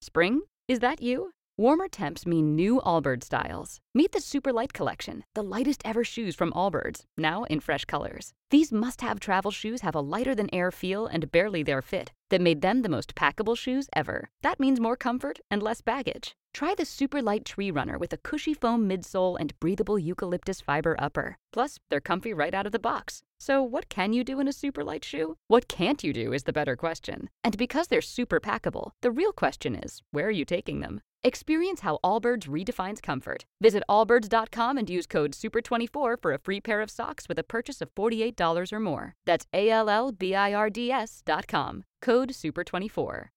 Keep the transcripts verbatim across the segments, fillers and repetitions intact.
Spring? Is that you? Warmer temps mean new Allbirds styles. Meet the Super Light Collection, the lightest ever shoes from Allbirds, now in fresh colors. These must-have travel shoes have a lighter-than-air feel and barely-there fit that made them the most packable shoes ever. That means more comfort and less baggage. Try the Super Light Tree Runner with a cushy foam midsole and breathable eucalyptus fiber upper. Plus, they're comfy right out of the box. So what can you do in a super light shoe? What can't you do is the better question. And because they're super packable, the real question is, where are you taking them? Experience how Allbirds redefines comfort. Visit allbirds dot com and use code super twenty-four for a free pair of socks with a purchase of forty-eight dollars or more. That's A L L B I R D S dot com. Code super twenty-four.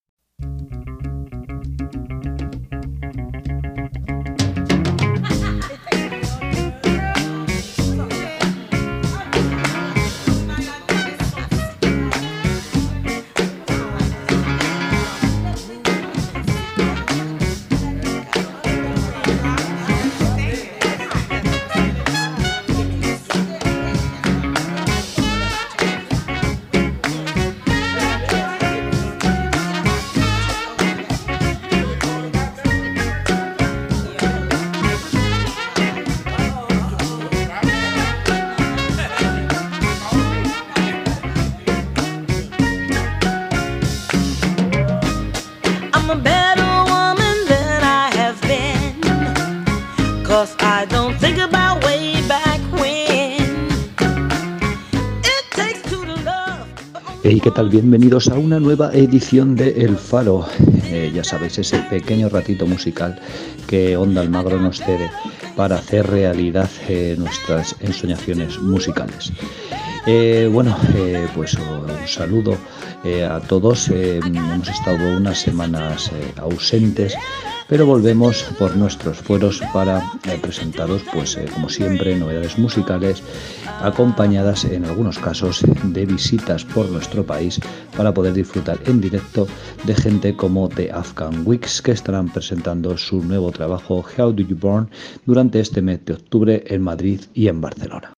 Hey, ¿qué tal? Bienvenidos a una nueva edición de El Faro. Eh, ya sabéis, ese pequeño ratito musical que Onda Almagro nos cede para hacer realidad eh, nuestras ensoñaciones musicales. Eh, bueno, eh, pues un saludo eh, a todos. Eh, hemos estado unas semanas eh, ausentes, pero volvemos por nuestros fueros para eh, presentaros, pues eh, como siempre, novedades musicales acompañadas en algunos casos de visitas por nuestro país para poder disfrutar en directo de gente como The Afghan Wigs, que estarán presentando su nuevo trabajo How Do You Burn durante este mes de octubre en Madrid y en Barcelona.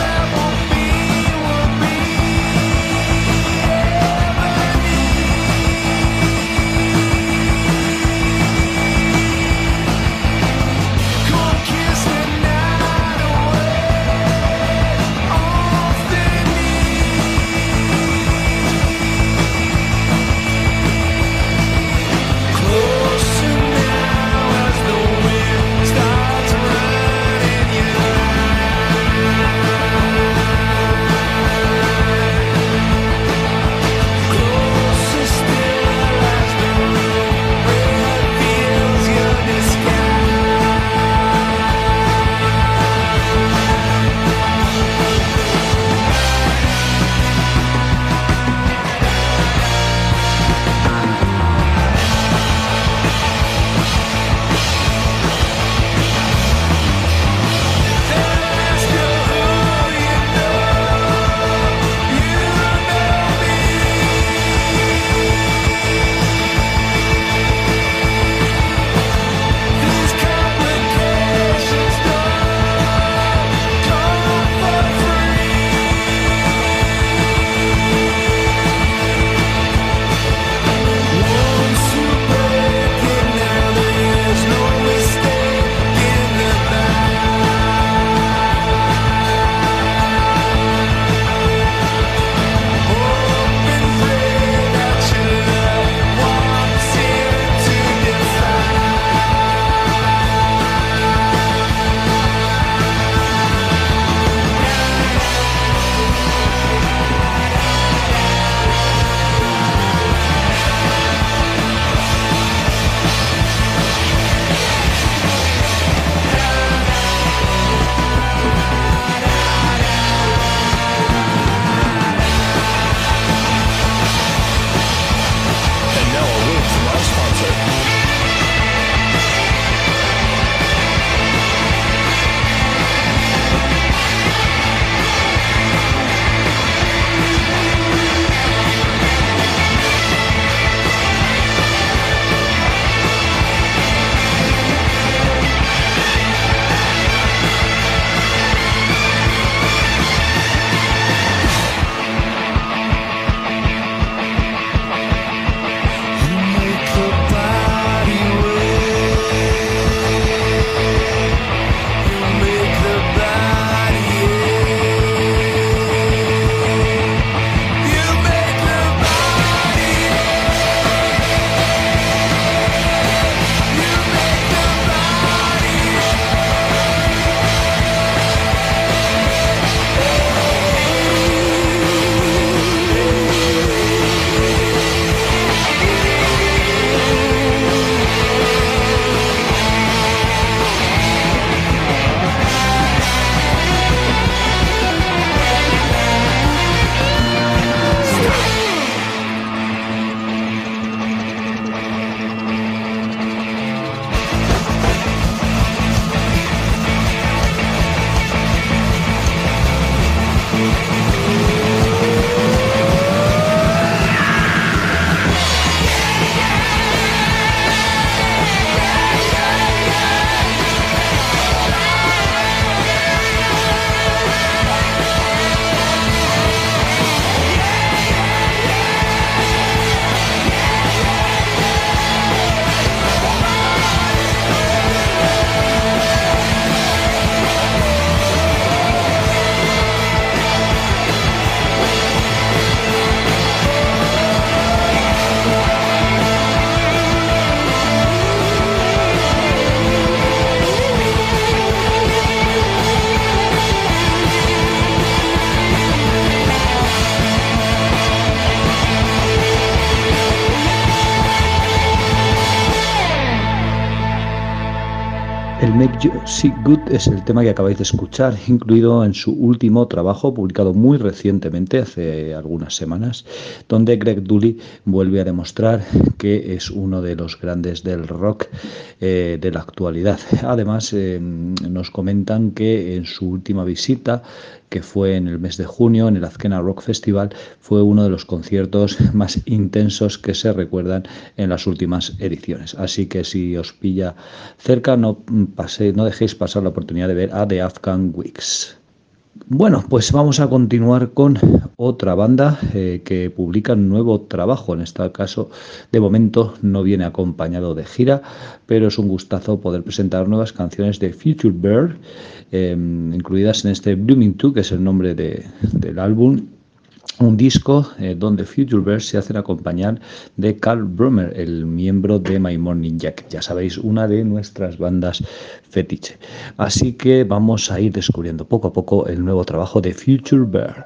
Be Make You See Good es el tema que acabáis de escuchar, incluido en su último trabajo, publicado muy recientemente, hace algunas semanas, donde Greg Dulli vuelve a demostrar que es uno de los grandes del rock eh, de la actualidad. Además, eh, nos comentan que en su última visita, que fue en el mes de junio en el Azkena Rock Festival, fue uno de los conciertos más intensos que se recuerdan en las últimas ediciones. Así que si os pilla cerca, no, pase, no dejéis pasar la oportunidad de ver a The Afghan Wigs. Bueno, pues vamos a continuar con otra banda eh, que publica un nuevo trabajo. En este caso, de momento no viene acompañado de gira, pero es un gustazo poder presentar nuevas canciones de Future Bird, eh, incluidas en este Blooming two, que es el nombre de, del álbum. Un disco eh, donde Future Bird se hacen acompañar de Carl Brummer, el miembro de My Morning Jacket. Ya sabéis, una de nuestras bandas fetiche. Así que vamos a ir descubriendo poco a poco el nuevo trabajo de Future Bird.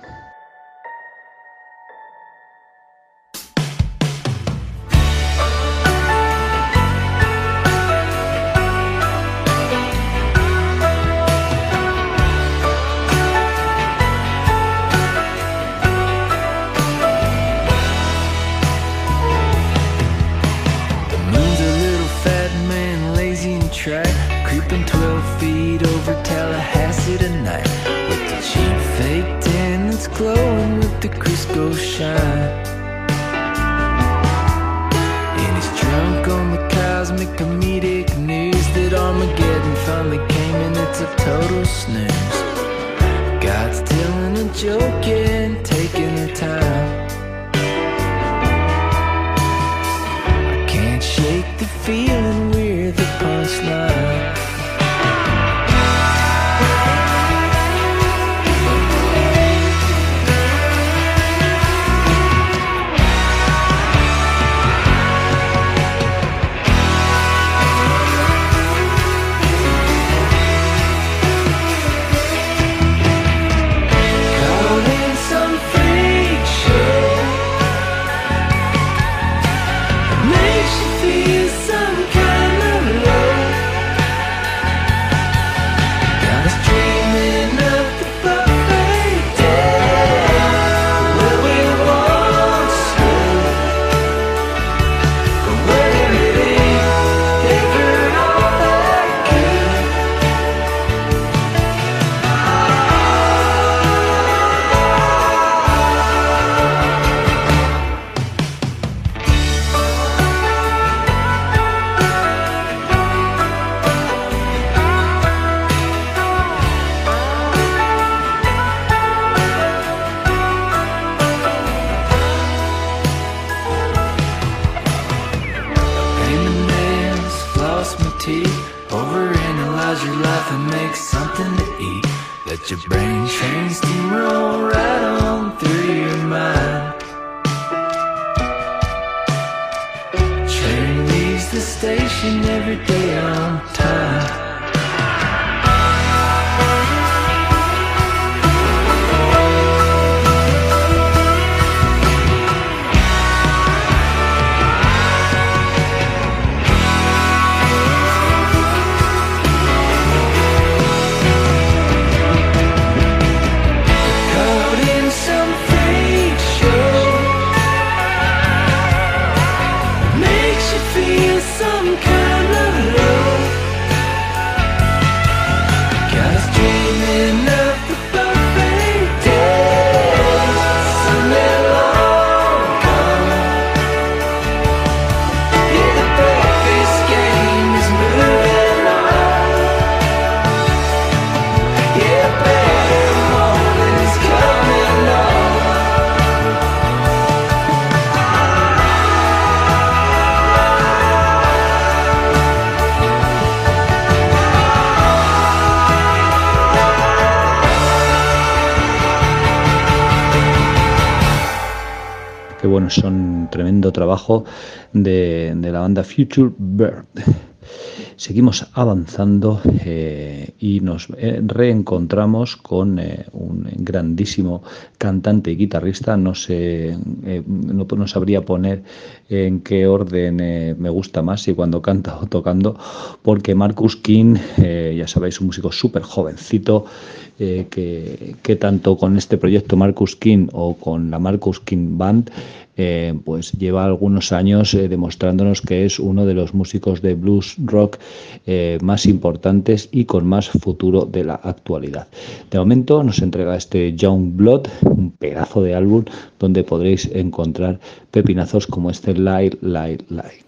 Bueno, son tremendo trabajo de, de la banda Future Bird. Seguimos avanzando eh, y nos eh, reencontramos con eh, un grandísimo cantante y guitarrista. No sé, eh, no, no sabría poner en qué orden eh, me gusta más, si cuando canta o tocando, porque Marcus King, eh, ya sabéis, un músico súper jovencito, eh, que, que tanto con este proyecto Marcus King o con la Marcus King Band, eh, pues lleva algunos años eh, demostrándonos que es uno de los músicos de blues rock eh, más importantes y con más futuro de la actualidad. De momento nos entrega este Young Blood, un pedazo de álbum donde podréis encontrar pepinazos como este Lie, Lie, Lie.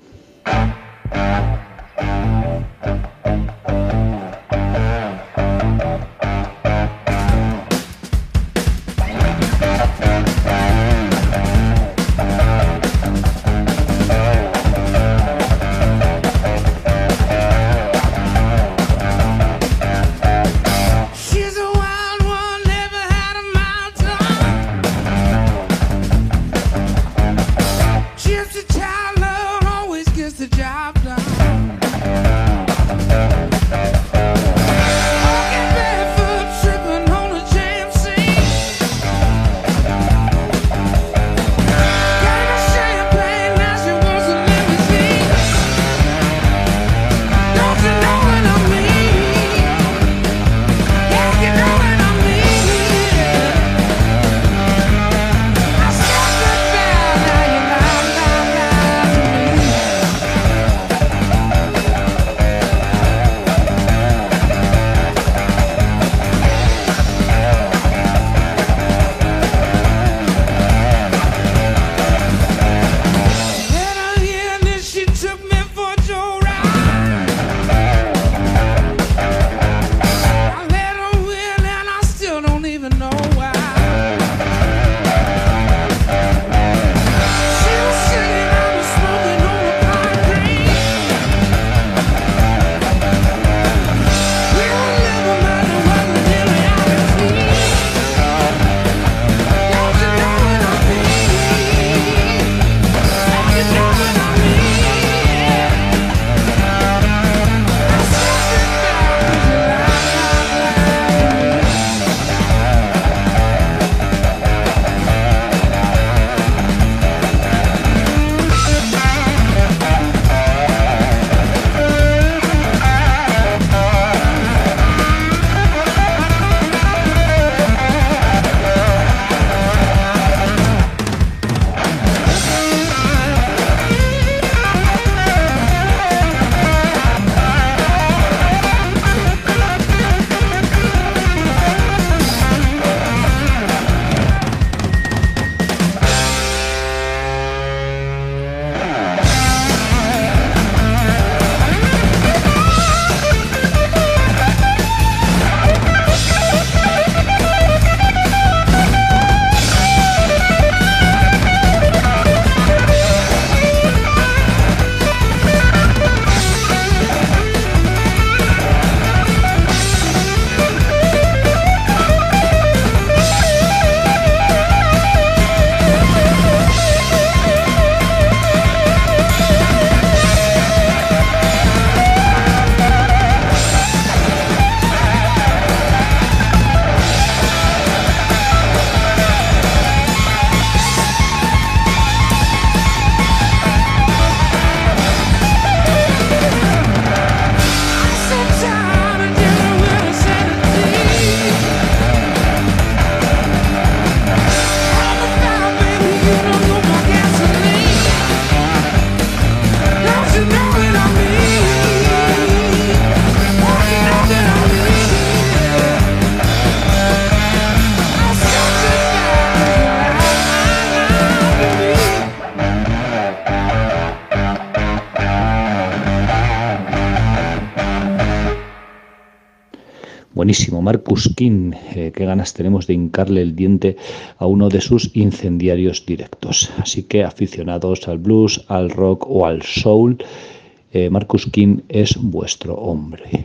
Buenísimo, Marcus King, eh, qué ganas tenemos de hincarle el diente a uno de sus incendiarios directos. Así que aficionados al blues, al rock o al soul, eh, Marcus King es vuestro hombre.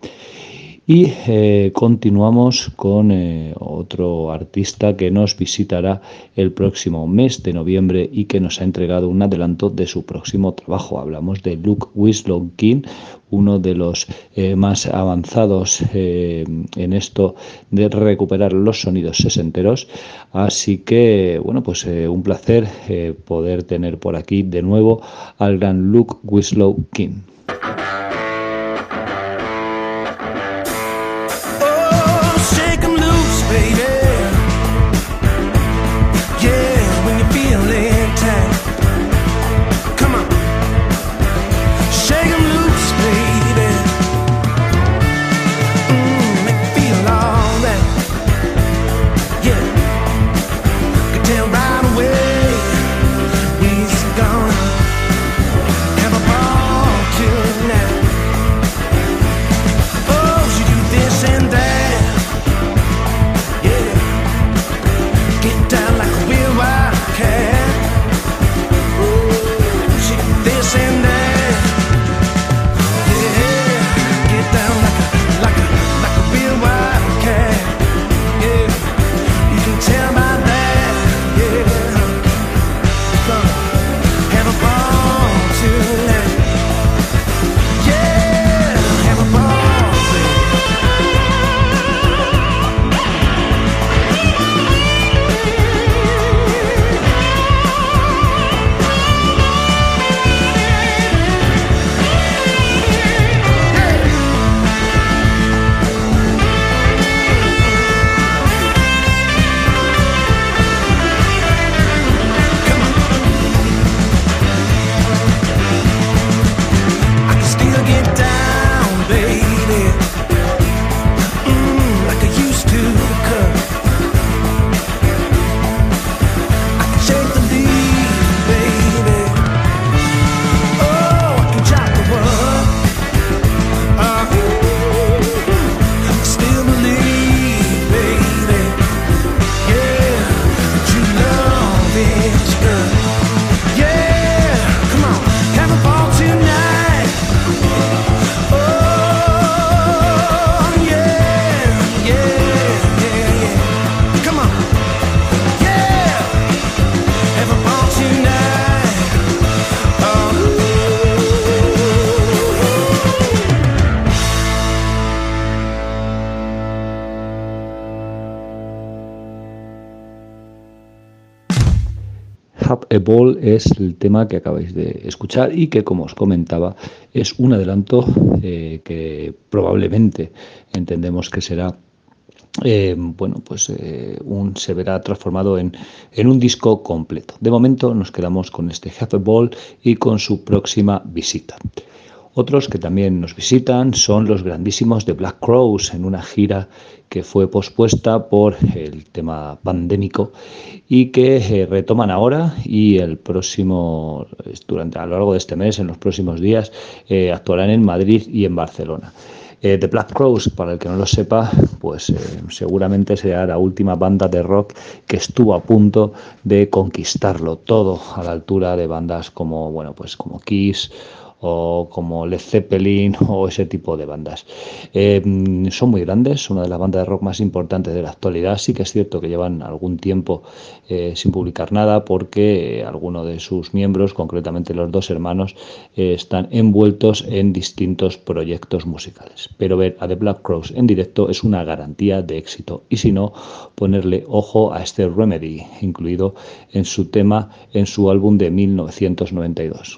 Y eh, continuamos con eh, otro artista que nos visitará el próximo mes de noviembre y que nos ha entregado un adelanto de su próximo trabajo. Hablamos de Luke Winslow King, uno de los eh, más avanzados eh, en esto de recuperar los sonidos sesenteros. Así que, bueno, pues eh, un placer eh, poder tener por aquí de nuevo al gran Luke Winslow King. Have a Ball es el tema que acabáis de escuchar y que, como os comentaba, es un adelanto eh, que probablemente entendemos que será Eh, bueno, pues eh, un, se verá transformado en, en un disco completo. De momento nos quedamos con este Have a Ball y con su próxima visita. Otros que también nos visitan son los grandísimos The Black Crowes en una gira que fue pospuesta por el tema pandémico y que eh, retoman ahora y el próximo, durante a lo largo de este mes, en los próximos días, eh, actuarán en Madrid y en Barcelona. Eh, The Black Crowes, para el que no lo sepa, pues eh, seguramente será la última banda de rock que estuvo a punto de conquistarlo todo a la altura de bandas como, bueno, pues como Kiss o como Led Zeppelin o ese tipo de bandas. Eh, son muy grandes, una de las bandas de rock más importantes de la actualidad. Sí que es cierto que llevan algún tiempo eh, sin publicar nada porque eh, algunos de sus miembros, concretamente los dos hermanos, eh, están envueltos en distintos proyectos musicales. Pero ver a The Black Crowes en directo es una garantía de éxito y si no, ponerle ojo a este Remedy, incluido en su tema, en su álbum de mil novecientos noventa y dos.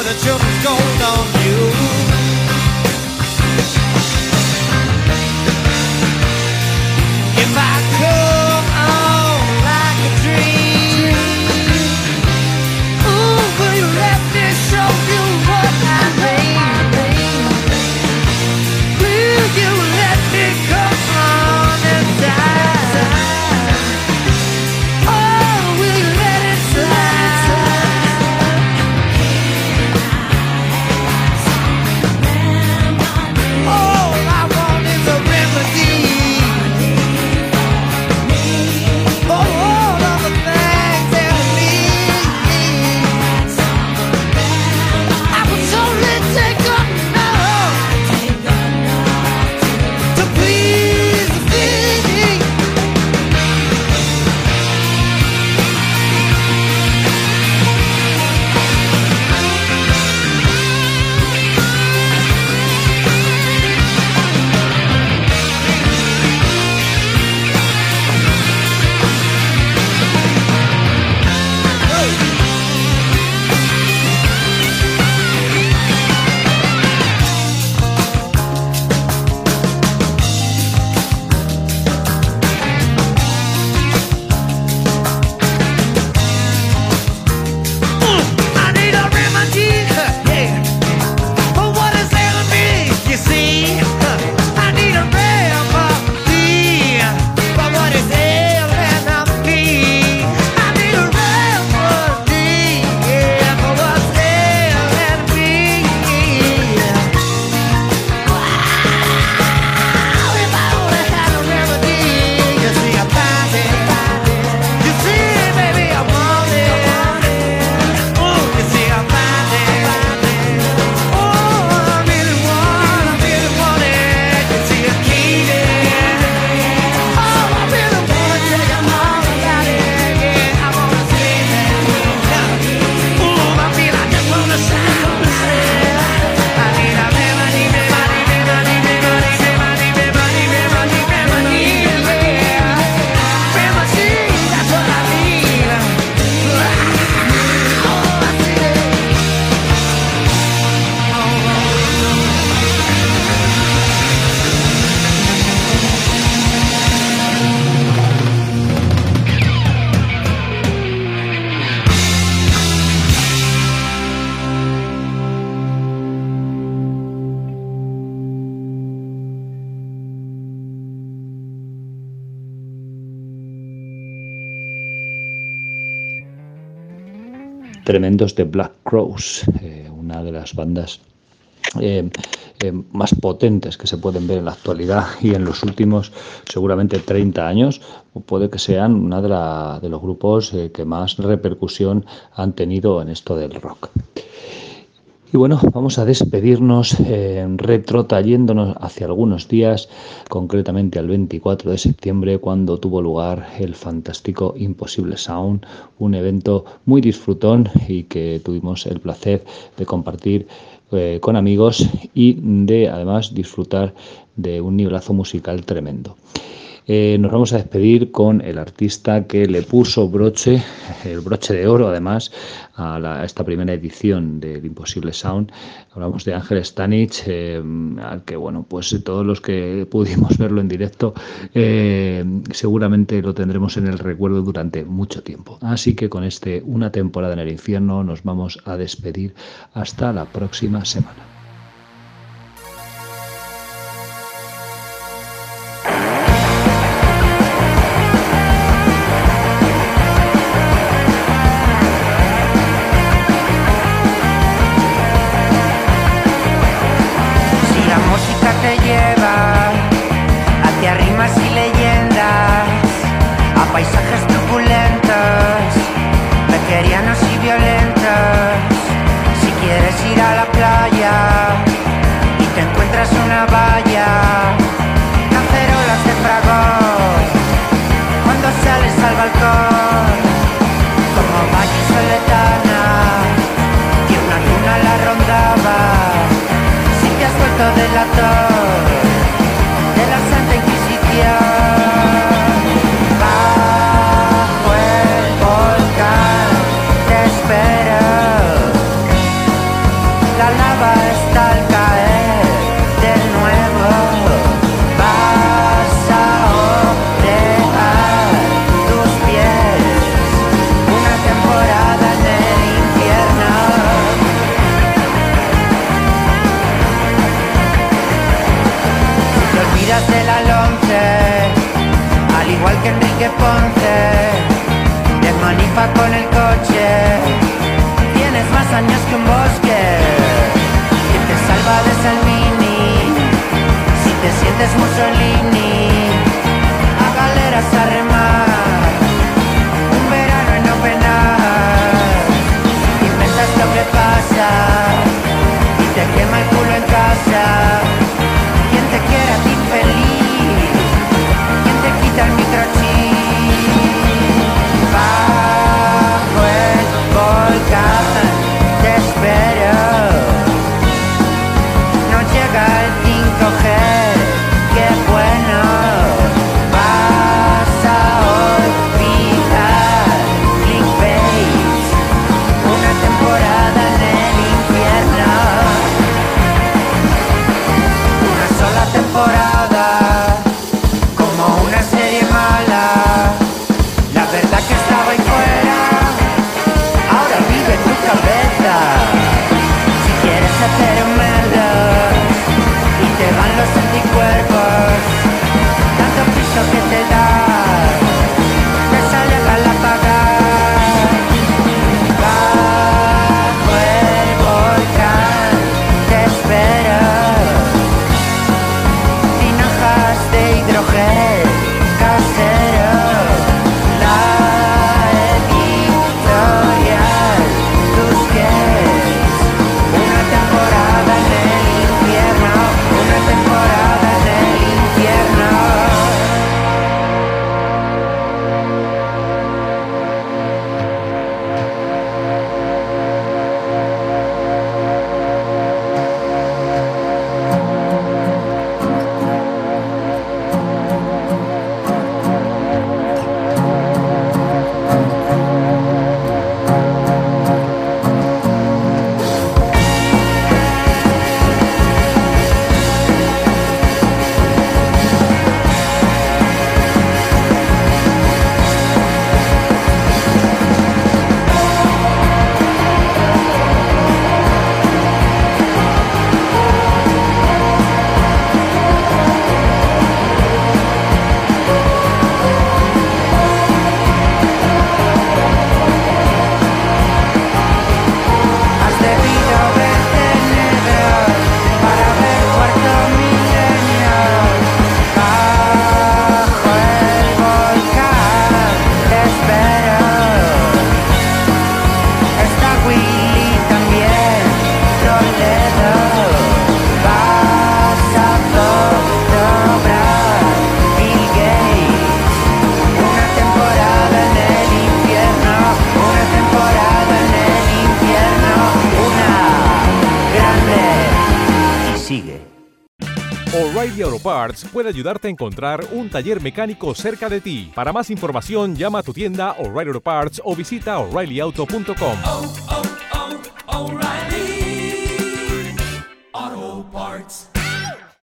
the children's gold on you. If I come on like a dream, ooh, will you let me show you what I mean? Will you let me come on inside? Oh, will you let it slide? All I want is a remedy. For all of the things that I need, I was only take up enough to please me. I need a remedy, yeah, for what is ailing me. You see, I need a remedy for what is ailing me. I need a remedy, yeah, for what's ailing me. Wow, if I only had a remedy, you see, I find it. You see, baby, I want it. Oh, you see, I find it. Oh, I really want, I really want it. You see, I need it. Oh, I really wanna tell you all about it. Yeah, I wanna see it. Oh, I feel I just wanna shout and say, I need a remedy, remedy, remedy, remedy, remedy, remedy, remedy, remedy, yeah. Remedy, that's what I need. Oh, I see it. Tremendos de Black Crowes, eh, una de las bandas eh, eh, más potentes que se pueden ver en la actualidad y en los últimos seguramente treinta años, o puede que sean uno de, la, de los grupos eh, que más repercusión han tenido en esto del rock. Y bueno, vamos a despedirnos eh, retrotrayéndonos hacia algunos días, concretamente al veinticuatro de septiembre, cuando tuvo lugar el fantástico Impossible Sound, un evento muy disfrutón y que tuvimos el placer de compartir eh, con amigos y de además disfrutar de un nivelazo musical tremendo. Eh, nos vamos a despedir con el artista que le puso broche, el broche de oro además, a, la, a esta primera edición del Impossible Sound. Hablamos de Ángel Stanich, eh, al que bueno, pues todos los que pudimos verlo en directo eh, seguramente lo tendremos en el recuerdo durante mucho tiempo. Así que con este Una temporada en el infierno nos vamos a despedir hasta la próxima semana. Paisajes turbulentos, pequeños y violentos. Si quieres ir a la playa, pareces Mussolini, a galeras a remar, un verano en no penar, inventas lo que pasa y te quema el culo en casa. ¿Quién te quiere a ti feliz? ¿Quién te quita el microchip? Bajo el volcán te espero. No llega el cinco G, qué bueno. Vas a olvidar clickbait, una temporada en el infierno, una sola temporada, como una serie mala. La verdad que estaba ahí fuera, ahora vive tu cabeza. Si quieres hacer merda y te van los anticuerpos, tanto piso que te das, te sale a la pagar. Bajo el volcán te espero, tinajas de hidrogel casero. La editorial Tusquets, una temporada en el infierno, una temporada en el infierno. Has debido verte negro para ver cuarto milenio. Bajo el volcán te espero. Está Willy también, Toledo. Vas a doblar Bill Gates, una temporada en el infierno, una temporada en el infierno, una grande. Y sigue. O'Reilly Auto Parts puede ayudarte a encontrar un taller mecánico cerca de ti. Para más información, llama a tu tienda O'Reilly Auto Parts o visita O'Reilly Auto punto com. oh, oh, O'Reilly Auto Parts.